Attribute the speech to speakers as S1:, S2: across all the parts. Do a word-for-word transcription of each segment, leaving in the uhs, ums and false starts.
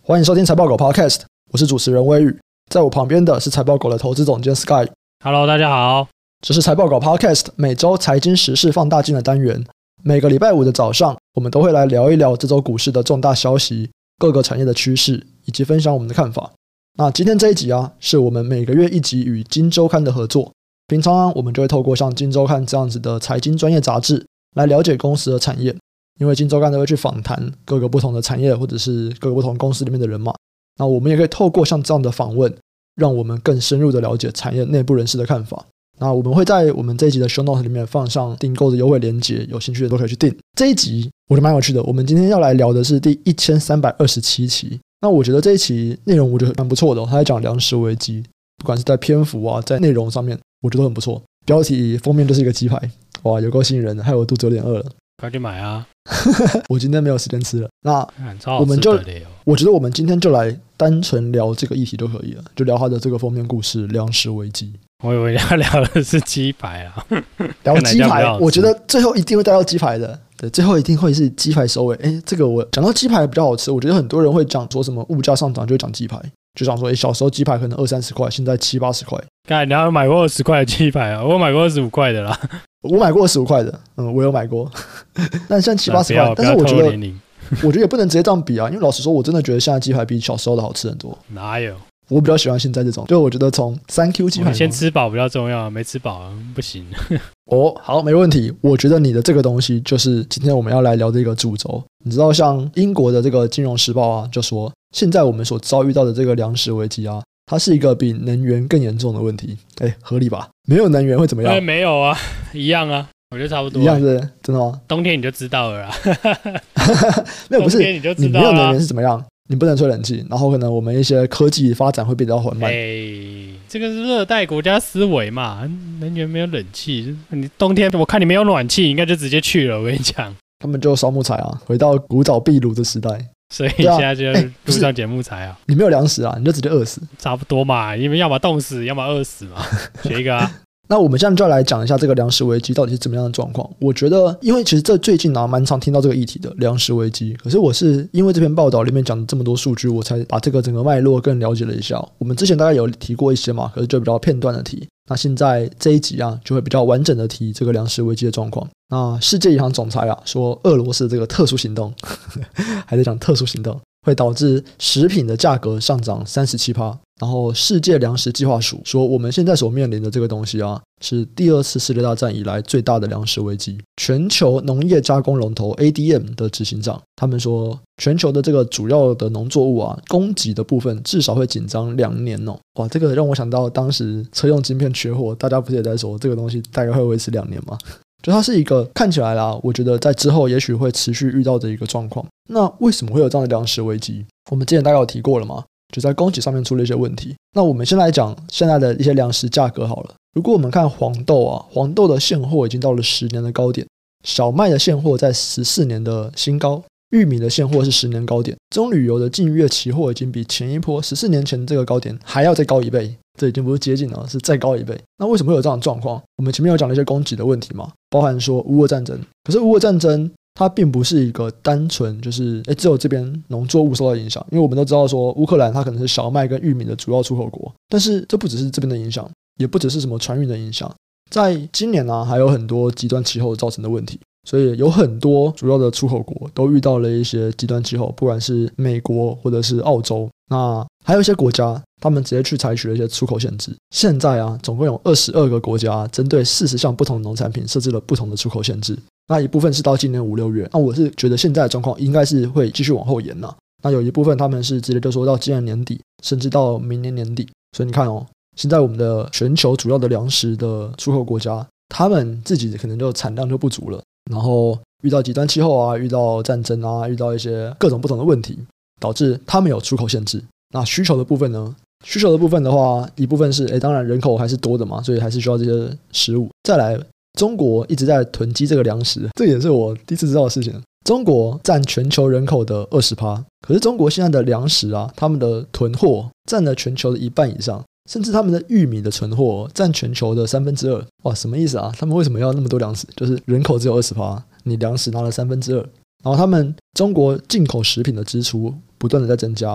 S1: 欢迎收听财报狗 Podcast， 我是主持人威宇，在我旁边的是财报狗的投资总监 Sky。Hello，
S2: 大家好。
S1: 这是财报狗 Podcast 每周财经时事放大镜的单元，每个礼拜五的早上，我们都会来聊一聊这周股市的重大消息、各个产业的趋势，以及分享我们的看法。那今天这一集啊，是我们每个月一集与今周刊的合作。平常啊，我们就会透过像今周刊这样子的财经专业杂志来了解公司的产业，因为今周刊都会去访谈各个不同的产业或者是各个不同公司里面的人嘛。那我们也可以透过像这样的访问，让我们更深入的了解产业内部人士的看法。那我们会在我们这一集的 show notes 里面放上订购的优惠连结，有兴趣的都可以去订。这一集我觉得蛮有趣的，我们今天要来聊的是第一千三百二十七期。那我觉得这一期内容我觉得蛮不错的、哦，它在讲粮食危机，不管是在篇幅啊，在内容上面，我觉得都很不错。标题封面就是一个鸡排，哇，有够吸引人的，害我肚子有点饿了。
S2: 快去买啊！
S1: 我今天没有时间吃了。那
S2: 我们就，
S1: 我觉得我们今天就来单纯聊这个议题就可以了，就聊它的这个封面故事——粮食危机。
S2: 我以为要聊的是鸡排啊，
S1: 聊鸡排，我觉得最后一定会带到鸡排的。对，最后一定会是鸡排收尾。哎，这个我讲到鸡排比较好吃，我觉得很多人会讲说什么物价上涨就会讲鸡排，就想说，哎，小时候鸡排可能二三十块，现在七八十块。
S2: 干，你有买过二十块的鸡排啊？我有买过二十五块的啦。
S1: 我买过二十五块的，嗯，我有买过，但现在七八十块。但是我觉得，我觉得也不能直接这样比啊，因为老实说，我真的觉得现在鸡排比小时候的好吃很多。
S2: 哪有？
S1: 我比较喜欢现在这种，就我觉得从三 Q 鸡排，
S2: 先吃饱比较重要，没吃饱不行。
S1: 哦，好，没问题。我觉得你的这个东西就是今天我们要来聊的一个主轴。你知道，像英国的这个《金融时报》啊，就说现在我们所遭遇到的这个粮食危机啊，它是一个比能源更严重的问题。哎，合理吧？没有能源会怎么样？
S2: 没有啊，一样啊。我觉得差不多，
S1: 一样是真的吗？
S2: 冬天你就知道了啦。
S1: 没有，不是，
S2: 你就知道、啊、
S1: 你没有能源是怎么样？你不能吹冷气，然后可能我们一些科技发展会变得缓慢。
S2: 哎，这个是热带国家思维嘛，能源没有冷气，你冬天我看你没有暖气，应该就直接去了。我跟你讲，
S1: 他们就烧木材啊，回到古早壁炉的时代。
S2: 所以现在就路上捡木材啊、欸。
S1: 你没有粮食啊，你就直接饿死。
S2: 差不多嘛，因为要么冻死，要么饿死嘛，选一个啊。
S1: 那我们现在就要来讲一下这个粮食危机到底是怎么样的状况。我觉得，因为其实这最近啊蛮常听到这个议题的粮食危机，可是我是因为这篇报道里面讲的这么多数据，我才把这个整个脉络更了解了一下。我们之前大概有提过一些嘛，可是就比较片段的提。那现在这一集啊，就会比较完整的提这个粮食危机的状况。那世界银行总裁啊说，俄罗斯这个特殊行动，还在讲特殊行动，会导致食品的价格上涨 百分之三十七。然后世界粮食计划署说，我们现在所面临的这个东西啊，是第二次世界大战以来最大的粮食危机。全球农业加工龙头 A D M 的执行长，他们说，全球的这个主要的农作物啊，供给的部分至少会紧张两年哦。哇，这个让我想到当时车用晶片缺货，大家不是也在说这个东西大概会维持两年吗？就它是一个看起来啦，我觉得在之后也许会持续遇到的一个状况。那为什么会有这样的粮食危机？我们之前大概有提过了嘛，就在供给上面出了一些问题。那我们先来讲现在的一些粮食价格好了。如果我们看黄豆啊，黄豆的现货已经到了十年的高点，小麦的现货在十四年的新高，玉米的现货是十年高点，棕榈油的近月期货已经比前一波十四年前这个高点还要再高一倍。这已经不是接近了，是再高一倍。那为什么会有这样的状况？我们前面有讲了一些供给的问题嘛，包含说乌俄战争。可是乌俄战争它并不是一个单纯就是诶只有这边农作物受到影响，因为我们都知道说乌克兰它可能是小麦跟玉米的主要出口国，但是这不只是这边的影响，也不只是什么船运的影响。在今年啊，还有很多极端气候造成的问题，所以有很多主要的出口国都遇到了一些极端气候，不管是美国或者是澳洲，那还有一些国家他们直接去采取了一些出口限制。现在啊，总共有二十二个国家针对四十项不同的农产品设置了不同的出口限制。那一部分是到今年五六月，那我是觉得现在的状况应该是会继续往后延、啊、那有一部分他们是直接就说到今年年底，甚至到明年年底。所以你看哦，现在我们的全球主要的粮食的出口国家，他们自己可能就产量就不足了，然后遇到极端气候啊，遇到战争啊，遇到一些各种不同的问题，导致他们有出口限制。那需求的部分呢？需求的部分的话，一部分是诶当然人口还是多的嘛，所以还是需要这些食物。再来，中国一直在囤积这个粮食，这也是我第一次知道的事情。中国占全球人口的 百分之二十， 可是中国现在的粮食啊，他们的囤货占了全球的一半以上，甚至他们的玉米的存货占全球的三分之二。哇，什么意思啊？他们为什么要那么多粮食？就是人口只有 百分之二十， 你粮食拿了三分之二。然后他们中国进口食品的支出不断的在增加哦，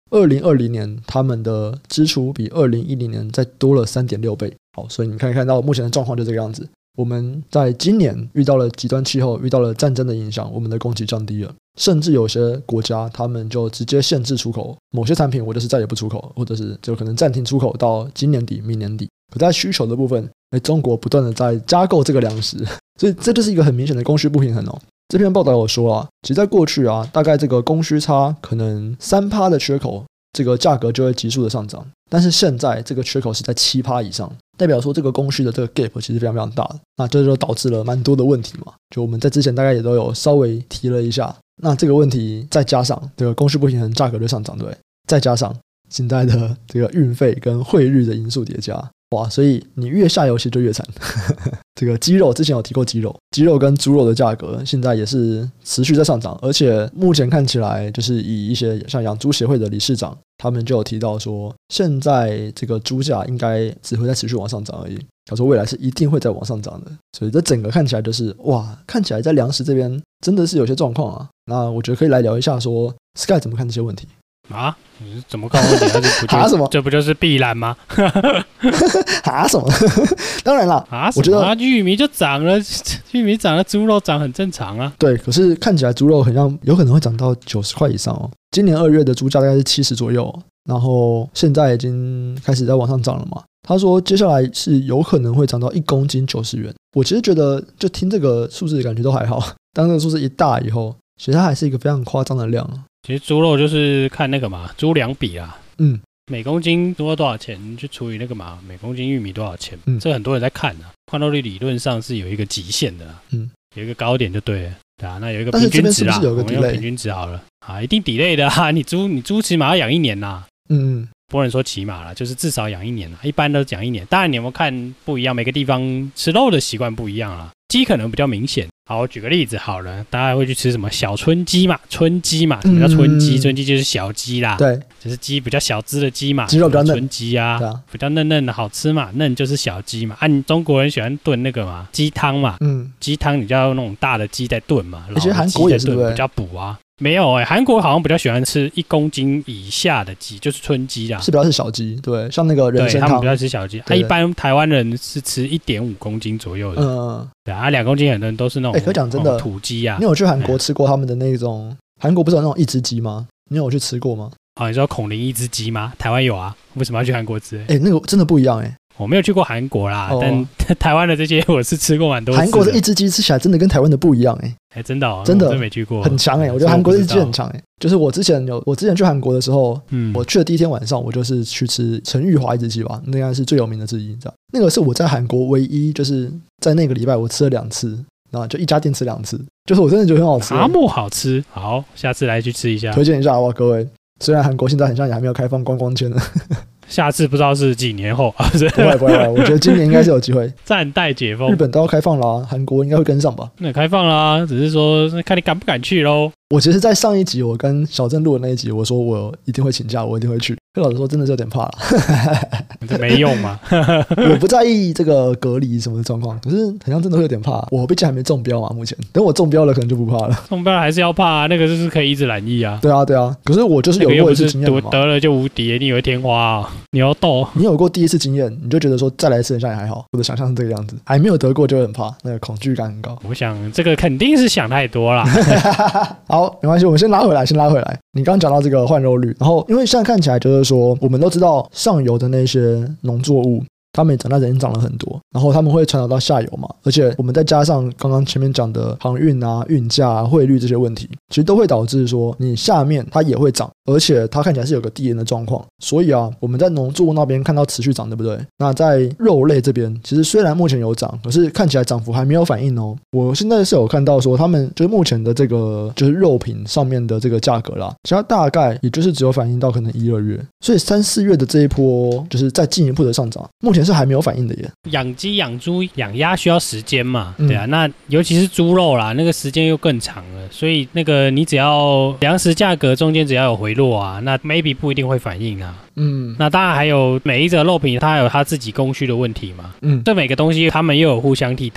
S1: 二零二零年他们的支出比二零一零年再多了 三点六 倍。好，所以你可以看到目前的状况就这个样子。我们在今年遇到了极端气候，遇到了战争的影响，我们的供给降低了，甚至有些国家他们就直接限制出口某些产品，我就是再也不出口，或者是就可能暂停出口到今年底明年底。可在需求的部分，诶中国不断的在加购这个粮食，所以这就是一个很明显的供需不平衡哦。这篇报道有说啊，其实在过去啊，大概这个供需差可能 百分之三 的缺口，这个价格就会急速的上涨，但是现在这个缺口是在 百分之七 以上，代表说这个供需的这个 gap 其实非常非常大的，那这就导致了蛮多的问题嘛，就我们在之前大概也都有稍微提了一下，那这个问题再加上这个供需不平衡，价格就上涨，对，再加上现在的这个运费跟汇率的因素叠加，哇，所以你越下游其实就越惨。这个鸡肉之前有提过鸡肉，鸡肉跟猪肉的价格现在也是持续在上涨，而且目前看起来就是以一些像养猪协会的理事长，他们就有提到说，现在这个猪价应该只会在持续往上涨而已。他说未来是一定会再往上涨的，所以这整个看起来就是哇，看起来在粮食这边真的是有些状况啊。那我觉得可以来聊一下说 Sky 怎么看这些问题。
S2: 啊？你是怎么看问题？这不就
S1: 啊什么？
S2: 这不就是必然吗？
S1: 啊什么？当然啦，
S2: 啊，
S1: 我觉得
S2: 玉米就涨了，玉米涨了，猪肉涨很正常啊。
S1: 对，可是看起来猪肉很像有可能会涨到九十块以上哦。今年二月的猪价大概是七十左右，然后现在已经开始在往上涨了嘛。他说接下来是有可能会涨到一公斤九十元。我其实觉得就听这个数字感觉都还好，当这个数字一大以后，其实它还是一个非常夸张的量啊。
S2: 其实猪肉就是看那个嘛，猪粮比啊，
S1: 嗯，
S2: 每公斤猪肉多少钱，你去除以那个嘛，每公斤玉米多少钱，
S1: 嗯，
S2: 这很多人在看啊。换肉率理论上是有一个极限的、啊，
S1: 嗯，
S2: 有一个高点就对了，对啊，那有一个平均值啊，
S1: 是是有个
S2: 我们用平均值好了啊，一定 delay 的啊，你猪你猪起码要养一年呐、啊，
S1: 嗯嗯。
S2: 不能说起码啦，就是至少养一年啦，一般都讲一年。当然你有没有看不一样，每个地方吃肉的习惯不一样啦。鸡可能比较明显。好，我举个例子好了，大家会去吃什么小春鸡嘛？春鸡嘛，什么叫春鸡？嗯、春鸡就是小鸡啦，
S1: 对，
S2: 就是鸡比较小只的鸡嘛，
S1: 鸡肉比较嫩，
S2: 春鸡啊，啊比较嫩嫩的好吃嘛，嫩就是小鸡嘛。按、啊、中国人喜欢炖那个嘛，鸡汤嘛，嗯，鸡汤你就要那种大的鸡在炖嘛，
S1: 而且韩国也是
S2: 比较补啊。没有哎、欸，韩国好像比较喜欢吃一公斤以下的鸡，就是春鸡啦，
S1: 是比较是小鸡，对，像那个人参汤，
S2: 他们比较吃小鸡。他、啊、一般台湾人是吃一点五公斤左右的，嗯，对啊，两公斤很多人都是那种，哎、欸，
S1: 可讲真的
S2: 土鸡啊。
S1: 你有去韩国吃过他们的那种？韩国不是有那种一只鸡吗？你有去吃过吗？
S2: 哦，你知道孔林一只鸡吗？台湾有啊，为什么要去韩国吃？
S1: 哎、欸，那个真的不一样哎、欸。
S2: 我没有去过韩国啦，哦、但台湾的这些我是吃过蛮多次的。
S1: 韩国的一只鸡吃起来真的跟台湾的不一样哎、欸，
S2: 哎、欸，真的、哦，
S1: 真的
S2: 真没去过，
S1: 很强哎、欸，我觉得韩国的一只鸡很强哎、欸。就是我之前有，我之前去韩国的时候，嗯，我去的第一天晚上，我就是去吃陈玉华一只鸡吧，那应该是最有名的之一，这样。那个是我在韩国唯一就是在那个礼拜我吃了两次，然后就一家店吃两次，就是我真的觉得很好吃、欸，
S2: 阿木好吃，好，下次来去吃一下，
S1: 推荐一下好不好，各位。虽然韩国现在很像也还没有开放观光签呢。
S2: 下次不知道是几年后啊？
S1: 不会不会，我觉得今年应该是有机会。
S2: 暂待解封，
S1: 日本都要开放啦，韩国应该会跟上吧？
S2: 那开放啦，只是说看你敢不敢去咯。
S1: 我其实，在上一集我跟小郑录的那一集，我说我一定会请假，我一定会去。可老实说，真的是有点怕了。
S2: 这没用嘛。
S1: 我不在意这个隔离什么的状况，可是好像真的会有点怕。我毕竟还没中标嘛，目前等我中标了，可能就不怕了。
S2: 中标了还是要怕啊，那个就是可以一直染疫啊。
S1: 对啊对啊，可是我就是有过一次经验嘛，
S2: 得了就无敌，你以为天花啊？你要斗。
S1: 你有过第一次经验，你就觉得说再来一次好像也还好，我的想象是这个样子。还没有得过就很怕，那个恐惧感很高。
S2: 我想这个肯定是想太多啦。
S1: 好，没关系，我们先拉回来，先拉回来。你刚刚讲到这个换肉率，然后因为现在看起来就是说，我们都知道上游的那些农作物，他们长大人涨了很多，然后他们会传导到下游嘛，而且我们再加上刚刚前面讲的航运啊、运价啊、汇率这些问题，其实都会导致说你下面它也会涨，而且它看起来是有个递延的状况。所以啊，我们在农作物那边看到持续涨，对不对？那在肉类这边，其实虽然目前有涨，可是看起来涨幅还没有反应哦。我现在是有看到说，他们就是目前的这个就是肉品上面的这个价格啦，其实它大概也就是只有反映到可能一二月，所以三四月的这一波就是再进一步的上涨，目前是还没有反应的耶。
S2: 养鸡、养猪、养鸭需要时间嘛，对啊，嗯、那尤其是猪肉啦，那个时间又更长了，所以那个你只要粮食价格中间只要有回落啊，那 maybe 不一定会反应啊。嗯，那当然还有每一则肉品它有它自己供需的问题嘛。嗯，这每个东西它们又有互相替代啊。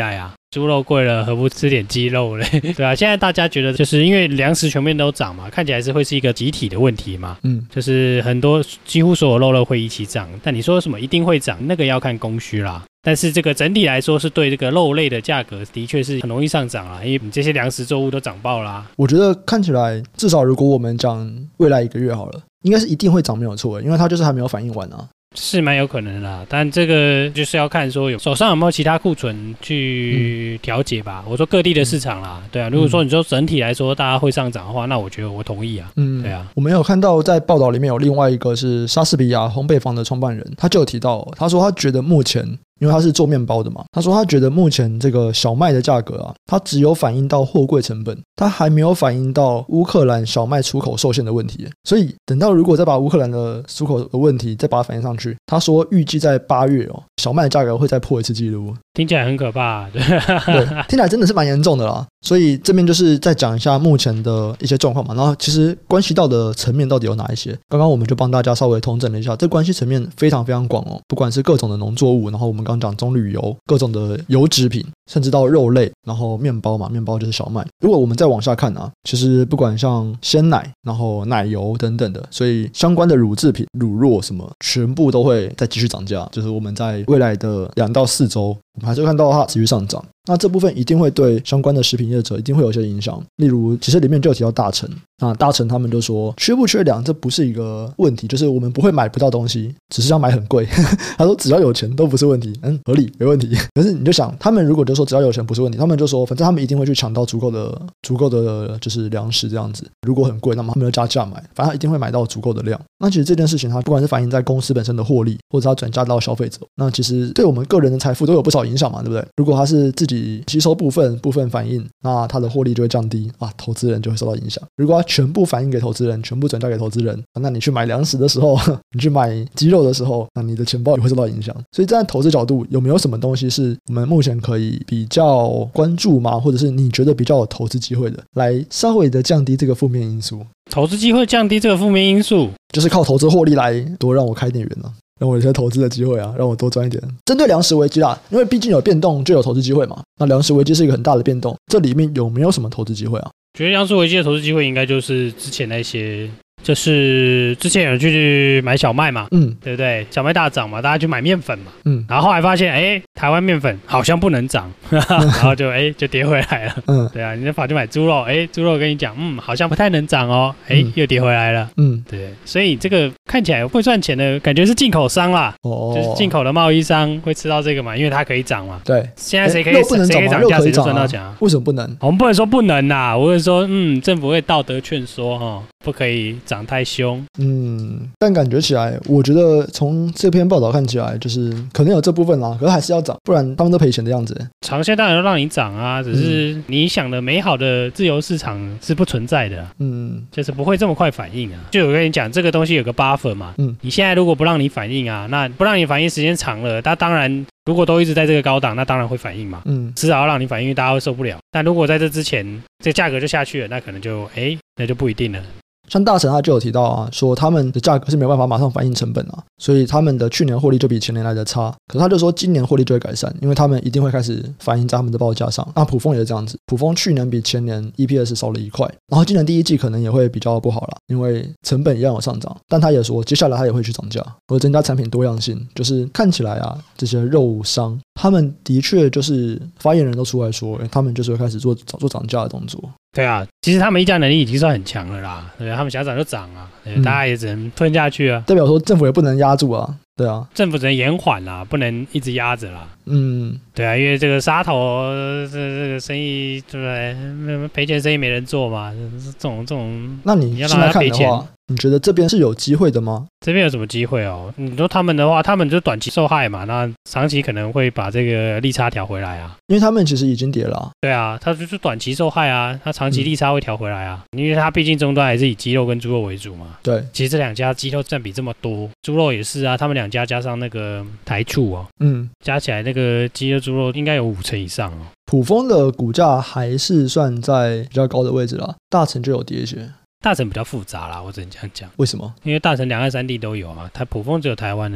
S2: 猪肉贵了，何不吃点鸡肉嘞？对啊，现在大家觉得就是因为粮食全面都涨嘛，看起来是会是一个集体的问题嘛。嗯，就是很多几乎所有肉类会一起涨，但你说什么一定会涨，那个要看供需啦。但是这个整体来说是对这个肉类的价格的确是很容易上涨啦，因为你这些粮食作物都涨爆啦。
S1: 我觉得看起来至少如果我们讲未来一个月好了，应该是一定会涨没有错，因为它就是还没有反应完啊。
S2: 是蛮有可能的啦，但这个就是要看说有手上有没有其他库存去调节吧。嗯、我说各地的市场啦，对啊，如果说你说整体来说大家会上涨的话，那我觉得我同意啊。嗯，对啊。
S1: 我们有看到在报道里面有另外一个是莎士比亚烘焙坊的创办人，他就有提到，他说他觉得目前。因为他是做面包的嘛，他说他觉得目前这个小麦的价格啊，它只有反映到货柜成本，它还没有反映到乌克兰小麦出口受限的问题。所以等到如果再把乌克兰的出口的问题再把它反映上去，他说预计在八月哦，小麦的价格会再破一次纪录。
S2: 听起来很可怕，对，
S1: 对，听起来真的是蛮严重的啦。所以这边就是再讲一下目前的一些状况嘛，然后其实关系到的层面到底有哪一些？刚刚我们就帮大家稍微统整了一下，这关系层面非常非常广哦，不管是各种的农作物，然后我们刚刚讲棕榈油，各种的油制品，甚至到肉类，然后面包嘛，面包就是小麦。如果我们再往下看啊，其实不管像鲜奶，然后奶油等等的，所以相关的乳制品、乳酪什么，全部都会再继续涨价。就是我们在未来的两到四周，我们还是看到它持续上涨。那这部分一定会对相关的食品业者一定会有一些影响，例如其实里面就有提到大成，那大成他们就说缺不缺粮这不是一个问题，就是我们不会买不到东西，只是要买很贵他说只要有钱都不是问题，嗯，合理没问题。可是你就想他们如果就说只要有钱不是问题，他们就说反正他们一定会去抢到足够的足够的就是粮食这样子，如果很贵那么他们就加价买，反正他一定会买到足够的量。那其实这件事情它不管是反映在公司本身的获利，或者它转嫁到消费者，那其实对我们个人的财富都有不少影响嘛，对不对？如果他是自己吸收部分部分反应，那他的获利就会降低啊，投资人就会受到影响。如果他全部反映给投资人，全部转嫁给投资人，那你去买粮食的时候，你去买鸡肉的时候，那你的钱包也会受到影响。所以站在投资角度，有没有什么东西是我们目前可以比较关注吗？或者是你觉得比较有投资机会的，来稍微的降低这个负面因素？
S2: 投资机会降低这个负面因素，
S1: 就是靠投资获利来多让我开点源啊，让我有些投资的机会啊，让我多赚一点。针对粮食危机啦，因为毕竟有变动就有投资机会嘛，那粮食危机是一个很大的变动，这里面有没有什么投资机会啊？
S2: 觉得粮食危机的投资机会应该就是之前那些，就是之前有人去买小麦嘛，嗯，对不对？小麦大涨嘛，大家去买面粉嘛，嗯，然后后来发现，哎，台湾面粉好像不能涨，然后就哎就跌回来了，嗯，对啊，你就跑去买猪肉，哎，猪肉跟你讲，嗯，好像不太能涨哦，哎，又跌回来了，嗯，对，所以这个看起来会赚钱的感觉是进口商啦，哦，就是进口的贸易商会吃到这个嘛，因为它可以涨嘛，
S1: 对，
S2: 现在谁可以谁可以涨价谁就赚到钱啊？
S1: 为什么不能？
S2: 我们不能说不能啦，我是说，嗯，政府会道德劝说哈，不可以涨太凶。
S1: 嗯，但感觉起来，我觉得从这篇报道看起来，就是可能有这部分啦，可是还是要涨，不然他们都赔钱的样子。
S2: 长线当然要让你涨啊，只是你想的美好的自由市场是不存在的，嗯，就是不会这么快反应啊。就我跟你讲，这个东西有个 buffer 嘛，嗯，你现在如果不让你反应啊，那不让你反应时间长了，那当然。如果都一直在这个高档，那当然会反应嘛，嗯，迟早要让你反应，因为大家会受不了。但如果在这之前，这个价格就下去了，那可能就哎，那就不一定了。
S1: 像大成他就有提到啊，说他们的价格是没有办法马上反映成本啊，所以他们的去年获利就比前年来的差。可是他就说今年获利就会改善，因为他们一定会开始反映在他们的报价上。那普丰也是这样子，普丰去年比前年 E P S 少了一块，然后今年第一季可能也会比较不好啦，因为成本一样有上涨。但他也说接下来他也会去涨价，或者增加产品多样性。就是看起来啊，这些肉商他们的确就是发言人都出来说，他们就是会开始做做涨价的动作。
S2: 对啊，其实他们议价能力已经算很强了啦，对，他们想涨就涨啊，对、嗯，大家也只能吞下去啊。
S1: 代表说政府也不能压住啊，对啊，
S2: 政府只能延缓啦，不能一直压着啦。嗯，对啊，因为这个杀头这这个生意，对不对？赔钱生意没人做嘛，这种这种，
S1: 那你
S2: 要让他赔钱。
S1: 你觉得这边是有机会的吗？
S2: 这边有什么机会哦？你说他们的话，他们就短期受害嘛，那长期可能会把这个利差调回来啊。
S1: 因为他们其实已经跌了、啊。
S2: 对啊，他就是短期受害啊，他长期利差会调回来啊。嗯、因为他毕竟终端还是以鸡肉跟猪肉为主嘛。
S1: 对，
S2: 其实这两家鸡肉占比这么多，猪肉也是啊，他们两家加上那个台畜哦，嗯，加起来那个鸡肉、猪肉应该有五成以上哦。
S1: 普丰的股价还是算在比较高的位置啦，大成就有跌一些。
S2: 大成比较复杂啦，我只能这样讲。
S1: 为什么？
S2: 因为大成两岸三地都有啊，台普丰只有台湾而已。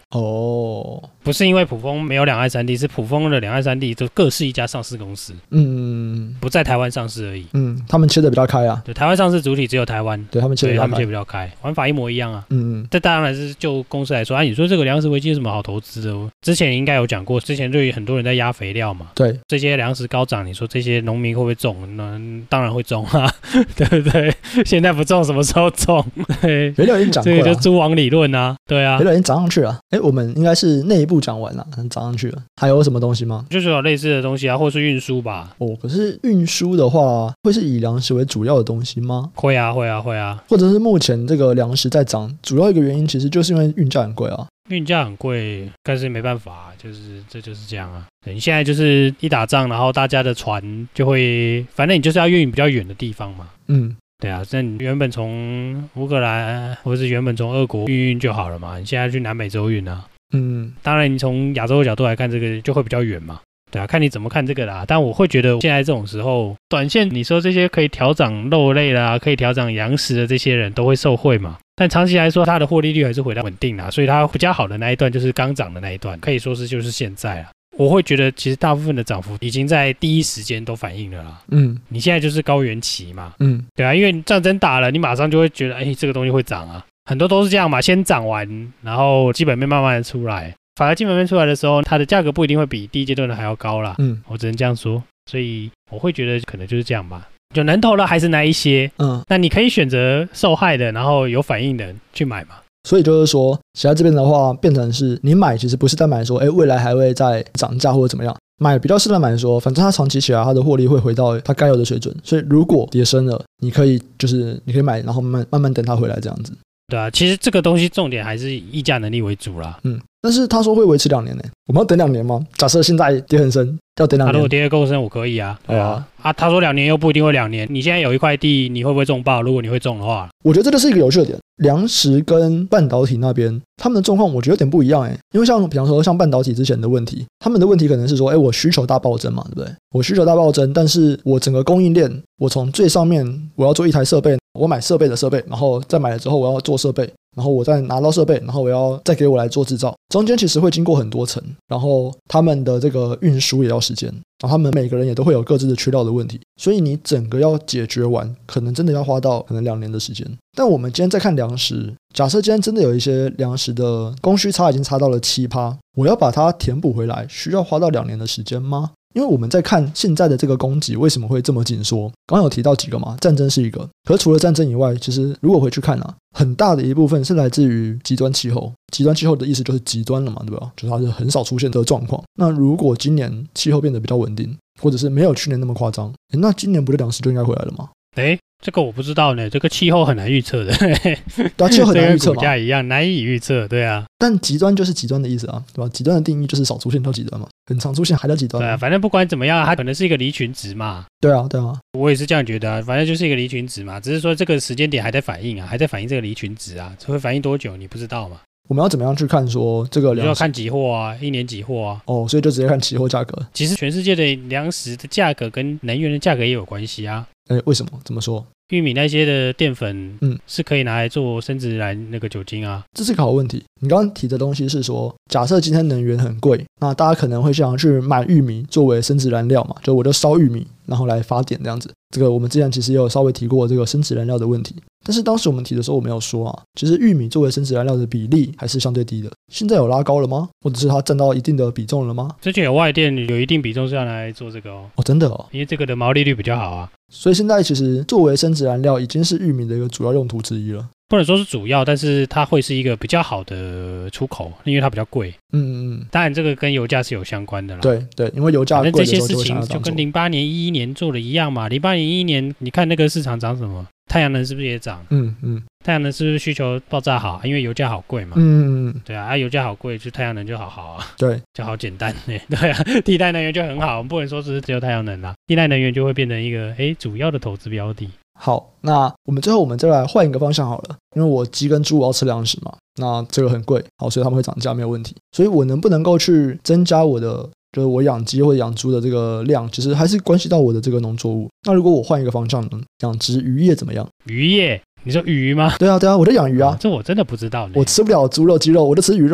S1: 哦，
S2: 不是因为普丰没有两岸三地，是普丰的两岸三地都各是一家上市公司，
S1: 嗯
S2: 不在台湾上市而已。
S1: 嗯，他们切的比较开啊。
S2: 对，台湾上市主体只有台湾，
S1: 对他们切的比较开，
S2: 他们切比较开，玩法一模一样啊。
S1: 嗯嗯，
S2: 这当然是就公司来说，啊，你说这个粮食危机有什么好投资的？之前应该有讲过，之前对于很多人在压肥料嘛，
S1: 对，
S2: 这些粮食高涨，你说这些农民会不会种？那当然会种啊，对不对？现在不种，什么时候种？对，
S1: 肥料已经涨过了，
S2: 这个就猪王理论啊，对啊，
S1: 肥料已经涨上去了。哎，我们应该是内部讲完了，涨上去了。还有什么东西吗？
S2: 就是有类似的东西啊，或是运输吧。
S1: 哦，可是运输的话，会是以粮食为主要的东西吗？
S2: 会啊，会啊，会啊。
S1: 或者是目前这个粮食在涨，主要一个原因其实就是因为运价很贵啊。
S2: 运价很贵，但是没办法，就是这就是这样啊。你现在就是一打仗，然后大家的船就会，反正你就是要运比较远的地方嘛。
S1: 嗯，
S2: 对啊，那你原本从乌克兰或是原本从俄国运运就好了嘛，你现在去南美洲运啊。
S1: 嗯，
S2: 当然你从亚洲的角度来看，这个就会比较远嘛。对啊，看你怎么看这个啦。但我会觉得现在这种时候，短线你说这些可以调涨肉类啦，可以调涨粮食的这些人都会受惠嘛。但长期来说，它的获利率还是回到稳定啦，所以它比较好的那一段就是刚涨的那一段，可以说是就是现在啦。我会觉得其实大部分的涨幅已经在第一时间都反映了啦。
S1: 嗯，
S2: 你现在就是高原期嘛。
S1: 嗯，
S2: 对啊，因为战争打了，你马上就会觉得，哎，这个东西会涨啊。很多都是这样嘛，先涨完，然后基本面慢慢的出来。反而基本面出来的时候，它的价格不一定会比第一阶段的还要高啦。嗯，我只能这样说。所以我会觉得可能就是这样吧。就能投的还是那一些，嗯，那你可以选择受害的，然后有反应的去买嘛。
S1: 所以就是说，现在这边的话，变成是你买，其实不是在买说，哎，未来还会再涨价或者怎么样，买比较是在买说，反正它长期起来，它的获利会回到它该有的水准。所以如果跌深了，你可以就是你可以买，然后慢慢慢慢等它回来这样子。
S2: 对啊，其实这个东西重点还是以议价能力为主啦。
S1: 嗯，但是他说会维持两年呢，我们要等两年吗？假设现在跌很深，要等两年。
S2: 他如果跌得够深，我可以啊。对啊，啊，他说两年又不一定会两年。你现在有一块地，你会不会种爆？如果你会种的话，
S1: 我觉得这就是一个有趣的点。粮食跟半导体那边，他们的状况我觉得有点不一样哎，因为像比方说像半导体之前的问题，他们的问题可能是说，哎，我需求大暴增嘛，对不对？我需求大暴增，但是我整个供应链，我从最上面我要做一台设备，我买设备的设备，然后再买了之后我要做设备。然后我再拿到设备，然后我要再给我来做制造，中间其实会经过很多层，然后他们的这个运输也要时间，然后他们每个人也都会有各自的缺料的问题，所以你整个要解决完，可能真的要花到可能两年的时间。但我们今天在看粮食，假设今天真的有一些粮食的供需差已经差到了 百分之七， 我要把它填补回来，需要花到两年的时间吗？因为我们在看现在的这个供给为什么会这么紧缩，刚刚有提到几个嘛，战争是一个，可是除了战争以外，其实如果回去看啊，很大的一部分是来自于极端气候。极端气候的意思就是极端了嘛，对吧？就是它是很少出现的状况。那如果今年气候变得比较稳定，或者是没有去年那么夸张，那今年不就粮食就应该回来了吗？
S2: 诶，这个我不知道呢，这个气候很难预测的。
S1: 对啊，气候很难预测嘛，
S2: 跟股价一样难以预测，对啊。
S1: 但极端就是极端的意思啊，对吧？极端的定义就是少出现到极端嘛，很常出现还叫极端。
S2: 对啊，反正不管怎么样，它可能是一个离群值嘛。
S1: 对啊，对啊，
S2: 我也是这样觉得啊，反正就是一个离群值嘛，只是说这个时间点还在反应啊，还在反应这个离群值啊，这会反应多久你不知道嘛。
S1: 我们要怎么样去看说这个粮食？
S2: 就要看期货啊，一年期货啊。
S1: 哦，所以就直接看期货价格。
S2: 其实全世界的粮食的价格跟能源的价格也有关系啊。
S1: 哎，为什么？怎么说？
S2: 玉米那些的淀粉，嗯，是可以拿来做生质燃那个酒精啊。
S1: 这是个好问题。你刚刚提的东西是说，假设今天能源很贵，那大家可能会想要去买玉米作为生质燃料嘛，就我就烧玉米，然后来发电这样子。这个我们之前其实也有稍微提过这个生质燃料的问题。但是当时我们提的时候，我们有说啊，其实玉米作为生质燃料的比例还是相对低的。现在有拉高了吗？或者是它占到一定的比重了吗？
S2: 之前有外电有一定比重是要拿来做这个哦。
S1: 哦，真的哦，
S2: 因为这个的毛利率比较好啊。
S1: 所以现在其实作为生质燃料已经是玉米的一个主要用途之一了。
S2: 不能说是主要，但是它会是一个比较好的出口，因为它比较贵。嗯嗯，当然这个跟油价是有相关的啦。
S1: 对对，因为油价贵的时候就会想要这样做。
S2: 这些事情就跟零八年、一一年做的一样嘛。零八年、一一年，你看那个市场涨什么？太阳能是不是也涨？嗯嗯，太阳能是不是需求爆炸好？因为油价好贵嘛。嗯嗯，对啊，啊油价好贵，就太阳能就好好啊。
S1: 对，
S2: 就好简单哎。对啊，替代能源就很好，我们不能说只是只有太阳能啦，替代能源就会变成一个哎主要的投资标的。
S1: 好，那我们最后我们再来换一个方向好了，因为我鸡跟猪我要吃粮食嘛，那这个很贵，好，所以他们会涨价没有问题，所以我能不能够去增加我的，就是我养鸡或者养猪的这个量，其实还是关系到我的这个农作物。那如果我换一个方向呢，养殖渔业怎么样？
S2: 渔业？你说鱼吗？
S1: 对啊对啊，我在养鱼啊、
S2: 哦、这我真的不知道呢。
S1: 我吃不了猪肉鸡肉，我就吃鱼肉啊。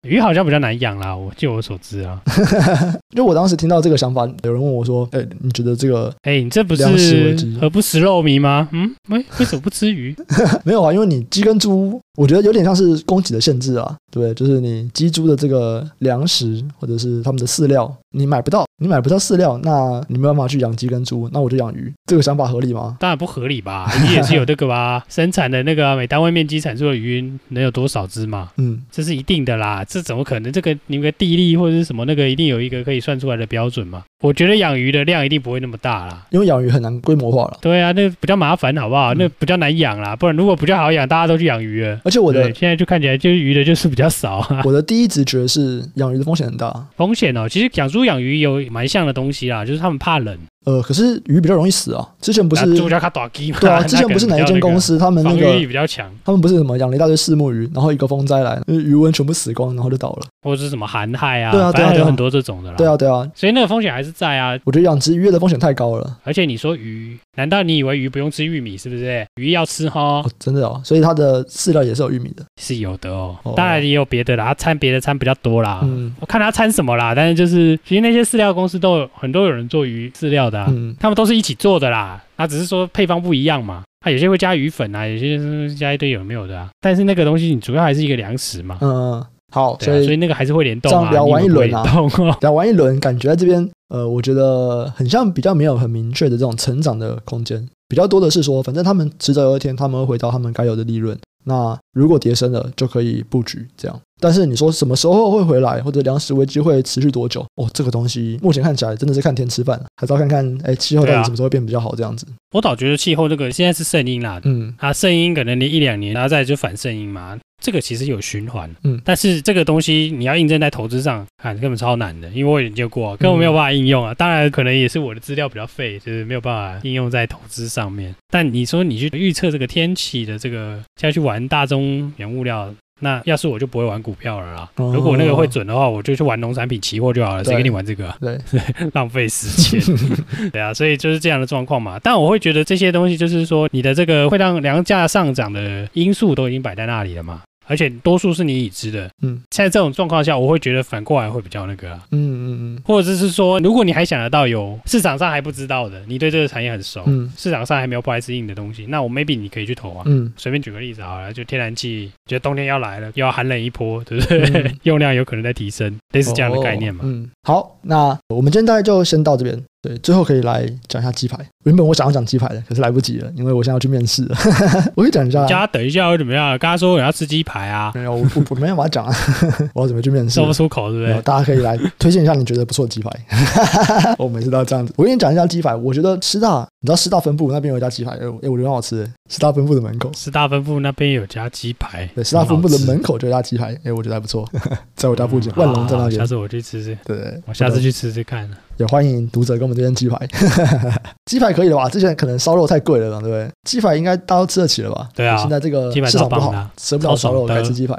S2: 鱼好像比较难养啦，我据我所知啊。
S1: 就我当时听到这个想法，有人问我说：“哎、欸，你觉得这个……
S2: 哎、欸，你这不是何不食肉糜吗？嗯，为为什么不吃鱼？
S1: 没有啊，因为你鸡跟猪，我觉得有点像是供给的限制啊，对不对？就是你鸡猪的这个粮食或者是他们的饲料，你买不到，你买不到饲料，那你没办法去养鸡跟猪，那我就养鱼，这个想法合理吗？
S2: 当然不合理吧，鱼也是有这个吧，生产的那个、啊、每单位面积产出的鱼能有多少只嘛？嗯，这是一定的啦，这怎么可能？这个你们的地利或者是什么那个一定有一个可以算出来的标准嘛？我觉得养鱼的量一定不会那么大啦，
S1: 因为养鱼很难规模化了。
S2: 对啊，那比较麻烦，好不好？嗯、那比较难养啦，不然如果比较好养，大家都去养鱼了。
S1: 而且我的
S2: 现在就看起来就是鱼的就是比较少、啊。
S1: 我的第一直觉是养鱼的风险很大。
S2: 风险哦，其实养猪养鱼有蛮像的东西啦，就是他们怕冷。
S1: 呃，可是鱼比较容易死啊。之前不是
S2: 猪叫它大鸡嘛？
S1: 对啊，之前不是哪一间公司，他们那个
S2: 防御力比较强，
S1: 他们不是什么养了一大堆虱目鱼，然后一个风灾来，鱼温全部死光，然后就倒了，
S2: 或者是什么寒害啊？
S1: 对啊，对啊，
S2: 有很多这种的啦。
S1: 对啊，对啊，
S2: 所以那个风险还是在啊。
S1: 我觉得养殖渔业的风险太高了。
S2: 而且你说鱼，难道你以为鱼不用吃玉米是不是？鱼要吃哈、哦
S1: 哦，真的哦，所以它的饲料也是有玉米的，
S2: 是有的哦。哦当然也有别的啦，它掺别的掺比较多啦。
S1: 嗯，
S2: 我看它掺什么啦，但是就是其实那些饲料公司都有很多有人做鱼饲料的、啊，嗯，他们都是一起做的啦，它只是说配方不一样嘛。它、啊、有些会加鱼粉啊，有些是加一堆有没有的啊。但是那个东西你主要还是一个粮食嘛。
S1: 嗯，好，
S2: 啊、所以所以那个还是会联动啊。
S1: 这样聊完一轮啊，
S2: 哦、
S1: 聊完一轮，感觉在这边呃，我觉得很像比较没有很明确的这种成长的空间，比较多的是说，反正他们迟早有一天他们会回到他们该有的利润。那如果跌升了，就可以布局这样。但是你说什么时候会回来，或者粮食危机会持续多久？哦，这个东西目前看起来真的是看天吃饭，还是要看看哎气候到底什么时候会变比较好这样子。
S2: 啊、我倒觉得气候这个现在是圣婴啦，嗯，它圣婴可能你一两年，然后再就反圣婴嘛。这个其实有循环，嗯，但是这个东西你要印证在投资上，看根本超难的，因为我研究过，根本没有办法应用啊。嗯、当然，可能也是我的资料比较废，就是没有办法应用在投资上面。但你说你去预测这个天气的这个，下去玩大宗原物料。那要是我就不会玩股票了啦。哦、如果那个会准的话，我就去玩农产品期货就好了。谁跟你玩这个、啊？对，浪费时间。对啊，所以就是这样的状况嘛。但我会觉得这些东西就是说，你的这个会让粮价上涨的因素都已经摆在那里了嘛。而且多数是你已知的，嗯，现在这种状况下，我会觉得反过来会比较那个啦，嗯嗯嗯，或者是说，如果你还想得到有市场上还不知道的，你对这个产业很熟，嗯，市场上还没有 price in 的东西，那我 maybe 你可以去投啊，嗯，随便举个例子好了，就天然气，觉得冬天要来了，又要寒冷一波，对不对？嗯、用量有可能在提升，类似这样的概念嘛。
S1: 哦、嗯，好，那我们今天大概就先到这边。对，最后可以来讲一下鸡排。原本我想要讲鸡排的，可是来不及了，因为我现在要去面试了。我可以讲一下，
S2: 叫他等一下会怎么样？跟他说我要吃鸡排啊。
S1: 没有，我我我没办法讲啊，我要准备去面试，
S2: 说不出口，对不对？
S1: 大家可以来推荐一下你觉得不错的鸡排。我每次都要这样子。我跟你讲一下鸡排，我觉得师大，你知道师大分部那边有一家鸡排，哎、欸，我觉得很好吃。师大分部的门口，
S2: 师大分部那边有家鸡排，
S1: 对，师大分部的门口就有家鸡排，哎、欸，我觉得还不错，在我家附近，嗯、万隆在那边。
S2: 下次我去吃吃，
S1: 对，
S2: 我下次去吃吃看。
S1: 也欢迎读者跟我们这边鸡排，鸡排可以的吧？之前可能烧肉太贵了，对不对？鸡排应该大家都吃得起了吧？
S2: 对啊，
S1: 现在这个市场不好，吃不了烧肉，该吃鸡排，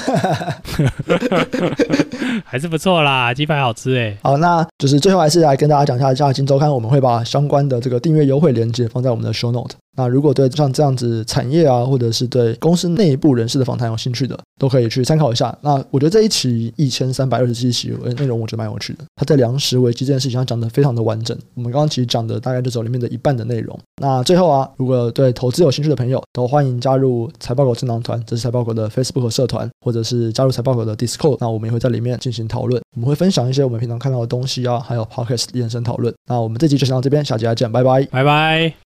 S2: 还是不错啦，鸡排好吃哎。
S1: 好，那就是最后还是来跟大家讲一下，下今周刊我们会把相关的这个订阅优惠链接放在我们的 show note。那如果对像这样子产业啊，或者是对公司内部人士的访谈有兴趣的，都可以去参考一下。那我觉得这一期一千三百二十七期内容，我觉得蛮有趣的。它在粮食危机这件事情上讲得非常的完整。我们刚刚其实讲的大概就只有里面的一半的内容。那最后啊，如果对投资有兴趣的朋友，都欢迎加入财报狗智囊团，这是财报狗的 Facebook 社团，或者是加入财报狗的 Discord。那我们也会在里面进行讨论，我们会分享一些我们平常看到的东西啊，还有 Podcast 延伸讨论。那我们这集就先到这边，下集再见，拜拜，
S2: 拜拜。